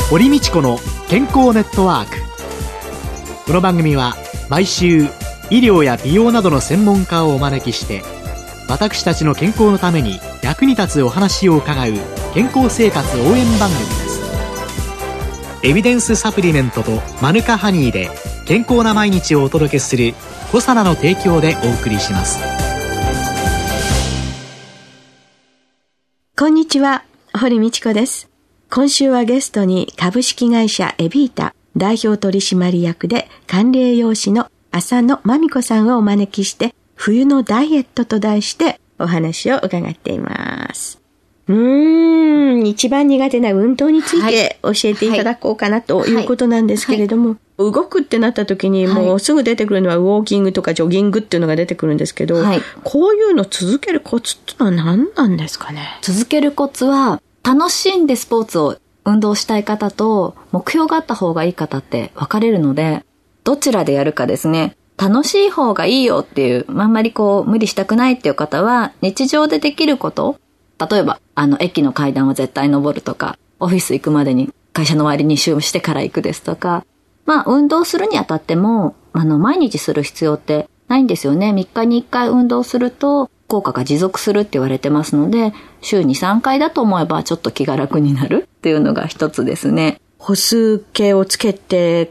堀道子の健康ネットワーク。この番組は毎週医療や美容などの専門家をお招きして、私たちの健康のために役に立つお話を伺う健康生活応援番組です。エビデンスサプリメントとマヌカハニーで健康な毎日をお届けするコサナの提供でお送りします。 こんにちは、堀道子です。今週はゲストに株式会社エビータ代表取締役で管理栄養士の浅野真美子さんをお招きして、冬のダイエットと題してお話を伺っています。一番苦手な運動について教えていただこうかなということなんですけれども、動くってなった時にもうすぐ出てくるのはウォーキングとかジョギングっていうのが出てくるんですけど、こういうの続けるコツってのは何なんですかね？ 続けるコツは、楽しんでスポーツを運動したい方と目標があった方がいい方って分かれるので、どちらでやるかですね。楽しい方がいいよっていう、あんまり無理したくないっていう方は、日常でできること、例えば駅の階段は絶対登るとか、オフィス行くまでに会社の終わりに集合してから行くですとか、運動するにあたっても毎日する必要ってないんですよね。3日に1回運動すると効果が持続するって言われてますので、週に3回だと思えばちょっと気が楽になるっていうのが一つですね。 歩数計をつけて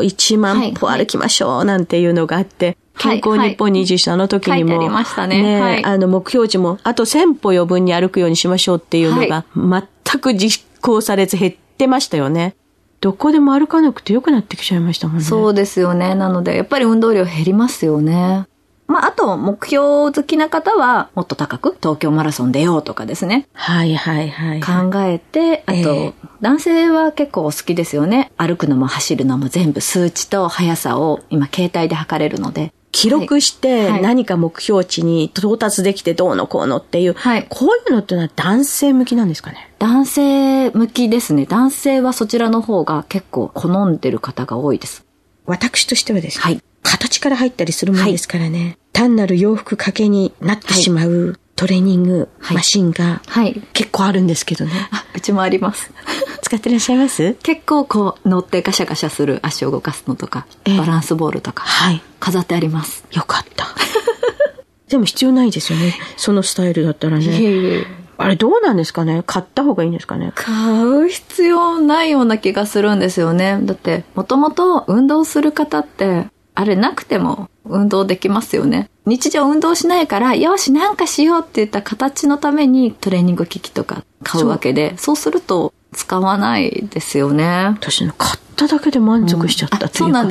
1万歩歩きましょうなんていうのがあって、健康日本20の時にも、 書いてありましたね。 目標値もあと1000歩余分に歩くようにしましょうっていうのが全く実行されず減ってましたよね。どこでも歩かなくてよくなってきちゃいましたもんね。 そうですよね。なのでやっぱり運動量減りますよね。あと目標好きな方はもっと高く東京マラソン出ようとかですね。考えて、あと、男性は結構お好きですよね。歩くのも走るのも全部数値と速さを今携帯で測れるので。 記録して何か目標値に到達できてどうのこうのっていう、こういうのってのは男性向きなんですかね？ 男性向きですね。男性はそちらの方が結構好んでる方が多いです。 私としてはですね、形から入ったりするものですからね、単なる洋服掛けになってしまうトレーニングマシンが結構あるんですけどね。 うちもあります。 使ってらっしゃいます？ 結構乗ってガシャガシャする足を動かすのとか、バランスボールとか、飾ってあります。 よかった。でも必要ないですよね、そのスタイルだったらね。あれどうなんですかね？買った方がいいんですかね？ 買う必要ないような気がするんですよね。だってもともと運動する方ってあれなくても運動できますよね。日常運動しないから、よしなんかしようって言った形のためにトレーニング機器とか買うわけで、そうすると使わないですよね。 私の買っただけで満足しちゃったっていうか、 そうなんです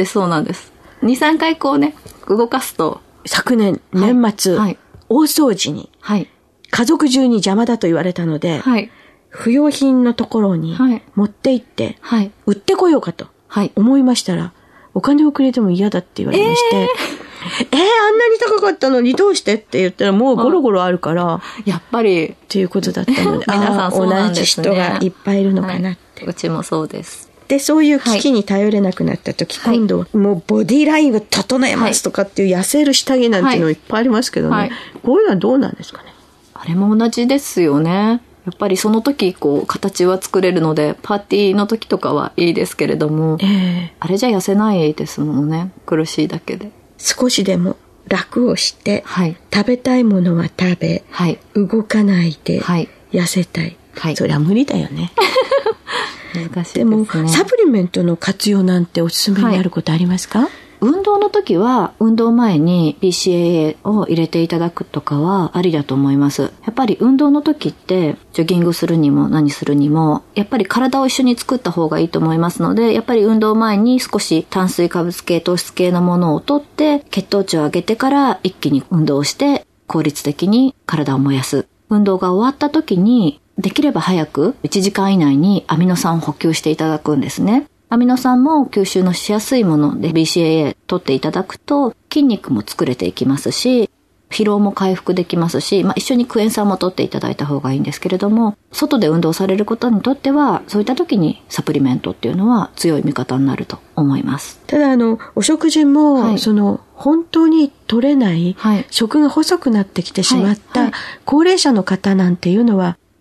。2、3回動かすと。 昨年年末、大掃除に、家族中に邪魔だと言われたので、不要品のところに持って行って、売ってこようかと思いましたら、お金をくれても嫌だって言われまして、あんなに高かったのにどうしてって言ったら、もうゴロゴロあるから、 やっぱりっていうことだったので、 皆さんそうなんですね。 同じ人がいっぱいいるのかなって、 うちもそうです。 でそういう機器に頼れなくなった時、今度はもうボディラインを整えますとかっていう痩せる下着なんていうのいっぱいありますけどね、こういうのはどうなんですかね？ あれも同じですよね。やっぱりその時形は作れるので、パーティーの時とかはいいですけれども、あれじゃ痩せないですもんね。苦しいだけで。 少しでも楽をして、食べたいものは食べ、動かないで、痩せたい、そりゃ無理だよね。 難しいですね。 でもサプリメントの活用なんておすすめになることありますか？ 運動の時は運動前に BCAA を入れていただくとかはありだと思います。やっぱり運動の時ってジョギングするにも何するにもやっぱり体を一緒に作った方がいいと思いますので、やっぱり運動前に少し炭水化物系糖質系のものをとって血糖値を上げてから一気に運動して効率的に体を燃やす。運動が終わった時にできれば早く1時間以内にアミノ酸を補給していただくんですね。アミノ酸も吸収のしやすいもので BCAA 取っていただくと筋肉も作れていきますし、疲労も回復できますし、一緒にクエン酸も取っていただいた方がいいんですけれども、外で運動されることにとってはそういった時にサプリメントっていうのは強い味方になると思います。 ただお食事も、本当に取れない、食が細くなってきてしまった高齢者の方なんていうのは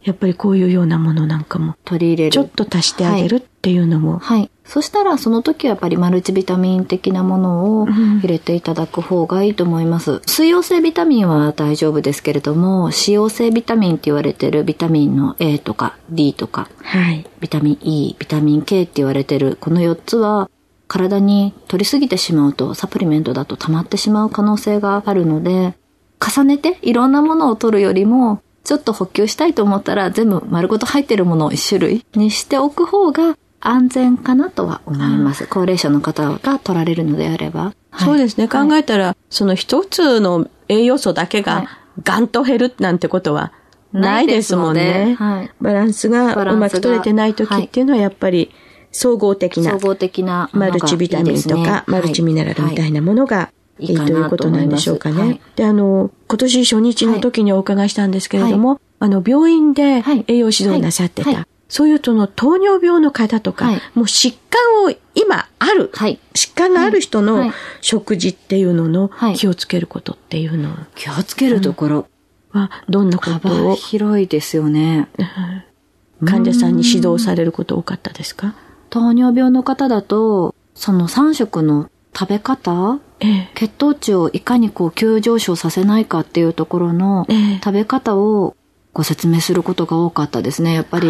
やっぱりこういうようなものなんかも取り入れる。 ちょっと足してあげるっていうのも。 はい。そしたらその時はやっぱりマルチビタミン的なものを入れていただく方がいいと思います。水溶性ビタミンは大丈夫ですけれども、脂溶性ビタミンって言われてるビタミンの A とか D とか、 はい、 ビタミン E、ビタミン K って言われてるこの4つは体に取りすぎてしまうとサプリメントだと溜まってしまう可能性があるので、重ねていろんなものを取るよりもちょっと補給したいと思ったら全部丸ごと入ってるものを1種類にしておく方が安全かなとは思います。高齢者の方が取られるのであれば。 そうですね。考えたら、その一つの栄養素だけがガンと減るなんてことはないですもんね。はい、バランスがうまく取れてない時っていうのはやっぱり総合的なマルチビタミンとかマルチミネラルみたいなものがいいということなんでしょうかね。はい、で、今年初日の時にお伺いしたんですけれども、病院で栄養指導なさってた、そういう糖尿病の方とか、もう疾患を今ある、疾患がある人の食事っていうのの気をつけることっていうのを。 気をつけるところはどんなことを。 幅広いですよね。 患者さんに指導されること多かったですか？ 糖尿病の方だと、その3食の食べ方、血糖値をいかに急上昇させないかっていうところの食べ方をご説明することが多かったですね。やっぱり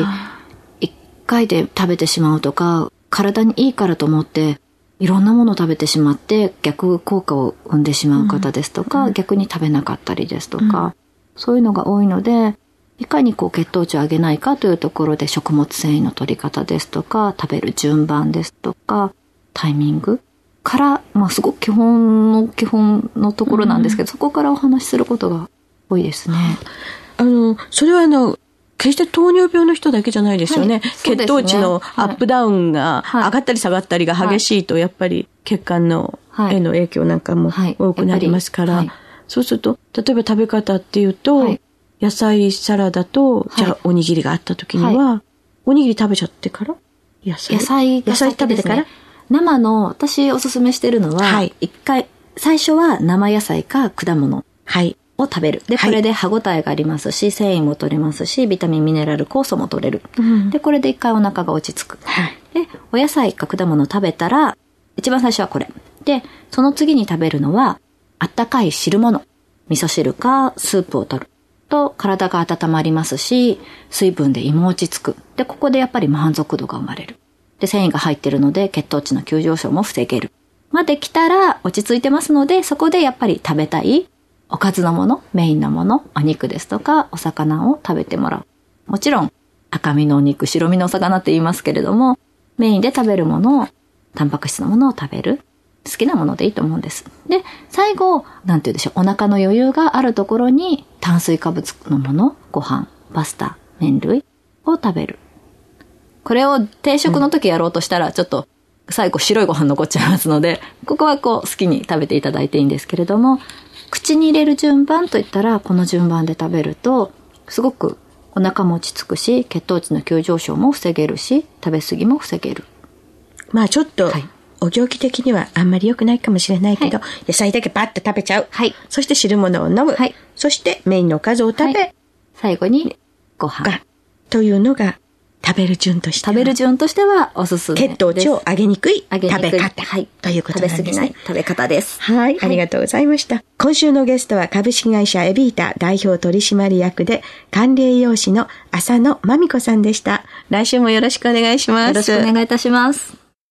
1回で食べてしまうとか、体にいいからと思っていろんなものを食べてしまって逆効果を生んでしまう方ですとか、逆に食べなかったりですとか、そういうのが多いので、いかに血糖値を上げないかというところで食物繊維の取り方ですとか、食べる順番ですとか、タイミングから、すごく基本のところなんですけど、そこからお話しすることが多いですね。 それは決して糖尿病の人だけじゃないですよね。血糖値のアップダウンが上がったり下がったりが激しいと、やっぱり血管のへの影響なんかも多くなりますから、そうすると、例えば食べ方っていうと、野菜サラダと、じゃあおにぎりがあった時には、おにぎり食べちゃってから野菜食べてから生の、私おすすめしてるのは、一回、最初は生野菜か果物を食べる。で、これで歯ごたえがありますし、繊維も取れますし、ビタミン、ミネラル、酵素も取れる。で、これで一回お腹が落ち着く。で、お野菜か果物食べたら、一番最初はこれ。で、その次に食べるのは、あったかい汁物。味噌汁かスープを取る。と、体が温まりますし、水分で胃も落ち着く。で、ここでやっぱり満足度が生まれる。で、繊維が入ってるので、血糖値の急上昇も防げる。まできたら落ち着いてますので、そこでやっぱり食べたいおかずのもの、メインのもの、お肉ですとか、お魚を食べてもらう。もちろん、赤身のお肉、白身のお魚って言いますけれども、メインで食べるものを、タンパク質のものを食べる。好きなものでいいと思うんです。で、最後、なんて言うでしょう、お腹の余裕があるところに、炭水化物のもの、ご飯、パスタ、麺類を食べる。これを定食の時やろうとしたら、ちょっと、最後白いご飯残っちゃいますので、ここは好きに食べていただいていいんですけれども、口に入れる順番といったら、この順番で食べると、すごくお腹も落ち着くし、血糖値の急上昇も防げるし、食べ過ぎも防げる。 ちょっと、お行儀的にはあんまり良くないかもしれないけど、野菜だけバッと食べちゃう。そして汁物を飲む。そしてメインのおかずを食べ、 最後にご飯。 というのが、食べる順としてはおすすめです。 血糖値を上げにくい食べ方、ということなんですね。 食べ過ぎない食べ方です。 ありがとうございました。今週のゲストは株式会社エビータ代表取締役で管理栄養士の浅野真美子さんでした。来週もよろしくお願いします。 よろしくお願いいたします。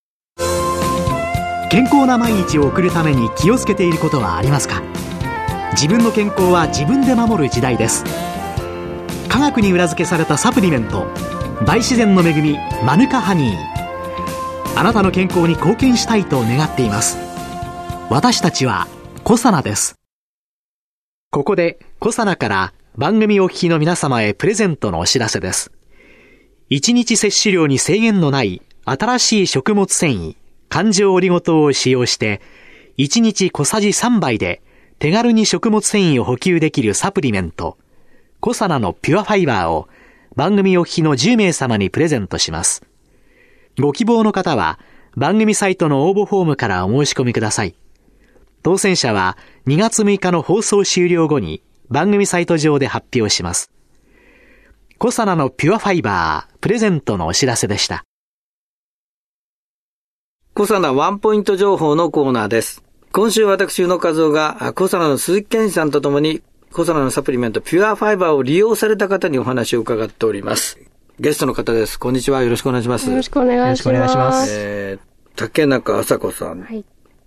健康な毎日を送るために気をつけていることはありますか？自分の健康は自分で守る時代です。科学に裏付けされたサプリメント、大自然の恵みマヌカハニー。あなたの健康に貢献したいと願っています。私たちはコサナです。ここでコサナから番組お聞きの皆様へプレゼントのお知らせです。1日摂取量に制限のない新しい食物繊維環状オリゴ糖を使用して、1日小さじ3杯で手軽に食物繊維を補給できるサプリメント、コサナのピュアファイバーを番組お聞きの10名様にプレゼントします。ご希望の方は番組サイトの応募フォームからお申し込みください。当選者は2月6日の放送終了後に番組サイト上で発表します。 コサナのピュアファイバープレゼントのお知らせでした。 コサナワンポイント情報のコーナーです。今週私宇野和夫がコサナの鈴木健二さんとともにコサナのサプリメントピュアファイバーを利用された方にお話を伺っております。ゲストの方です。こんにちは。よろしくお願いします。 よろしくお願いします。 竹中麻子さん。はい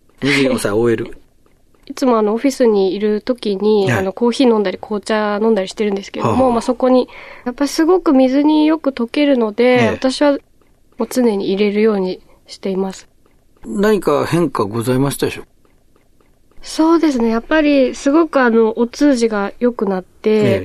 。24歳 OL。 いつもオフィスにいる時に、はい、コーヒー飲んだり紅茶飲んだりしてるんですけども、そこに、やっぱりすごく水によく溶けるので、私はもう常に入れるようにしています。 何か変化ございましたでしょう？ そうですね。やっぱりすごくお通じが良くなって、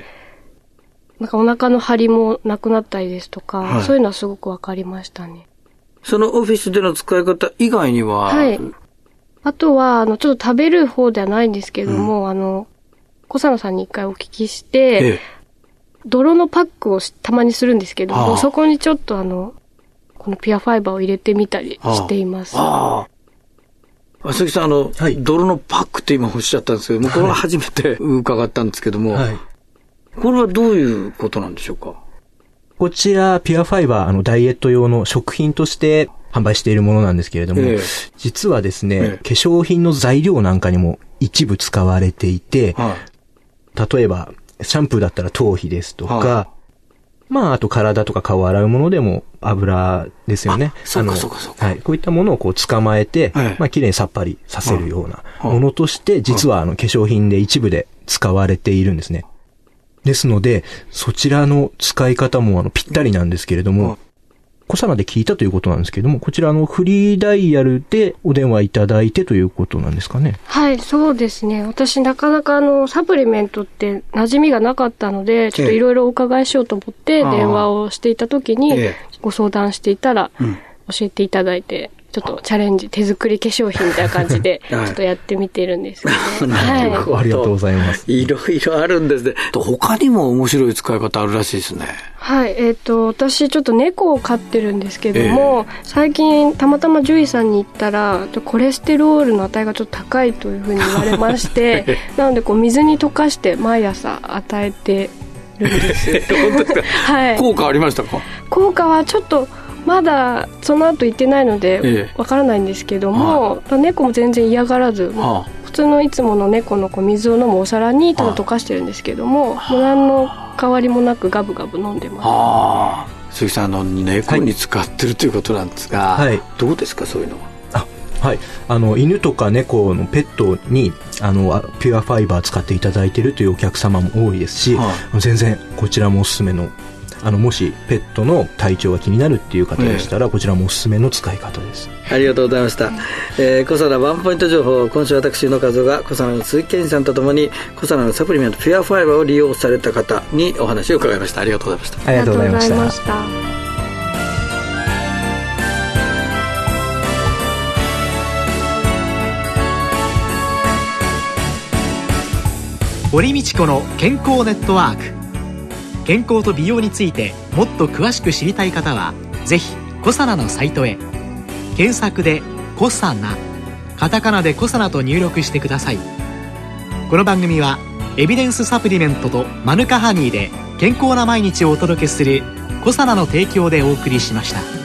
なんかお腹の張りもなくなったりですとか、そういうのはすごくわかりましたね。 そのオフィスでの使い方以外には、 はい。あとは、ちょっと食べる方ではないんですけども、コサナさんに一回お聞きして、泥のパックをたまにするんですけども、そこにちょっとこのピュアファイバーを入れてみたりしています。 鈴木さん、はい、泥のパックって今おっしゃったんですけども、これは初めて伺ったんですけども、はい、これはどういうことなんでしょうか？ こちら、ピュアファイバー、ダイエット用の食品として販売しているものなんですけれども、実はですね、化粧品の材料なんかにも一部使われていて、例えば、シャンプーだったら頭皮ですとか、あと体とか顔を洗うものでも油ですよね。 そうか。 はい。こういったものを捕まえて、綺麗にさっぱりさせるようなものとして、実は化粧品で一部で使われているんですね。ですので、そちらの使い方もぴったりなんですけれども、コサナで聞いたということなんですけれども、こちらフリーダイヤルでお電話いただいてということなんですかね？ はい、そうですね。私なかなかサプリメントって馴染みがなかったので、ちょっといろいろお伺いしようと思って電話をしていたときに、ご相談していたら、教えていただいて、ちょっっとチャレンジ、手作り化粧品みたいな感じで、ちょっとやってみてるんですけど、ね。 はい。ありがとうございます。 いろいろあるんですね。他にも面白い使い方あるらしいですね。 はい。私ちょっと猫を飼ってるんですけども、最近たまたま獣医さんに行ったら、コレステロールの値がちょっと高いというふうに言われまして、なので水に溶かして毎朝与えてるんです。 本当ですか？はい。効果ありましたか？ 効果はちょっと、まだその後行ってないのでわからないんですけども、猫も全然嫌がらず、普通のいつもの猫の水を飲むお皿にただ溶かしてるんですけども、もう何の変わりもなくガブガブ飲んでます。 鈴木さん、猫に使ってるということなんですが、はい、どうですかそういうのは？ はい、犬とか猫のペットにピュアファイバー使っていただいているというお客様も多いですし、全然こちらもおすすめのもしペットの体調が気になるっていう方でしたら、こちらもおすすめの使い方です。 ありがとうございました。コサナワンポイント情報、今週私の数がコサナの鈴木健二さんとともにコサナのサプリメントピュアファイバーを利用された方にお話を伺いました。ありがとうございました。 ありがとうございました。 堀道子の健康ネットワーク。健康と美容についてもっと詳しく知りたい方はぜひコサナのサイトへ検索でコサナ、カタカナでコサナと入力してください。この番組はエビデンスサプリメントとマヌカハニーで健康な毎日をお届けするコサナの提供でお送りしました。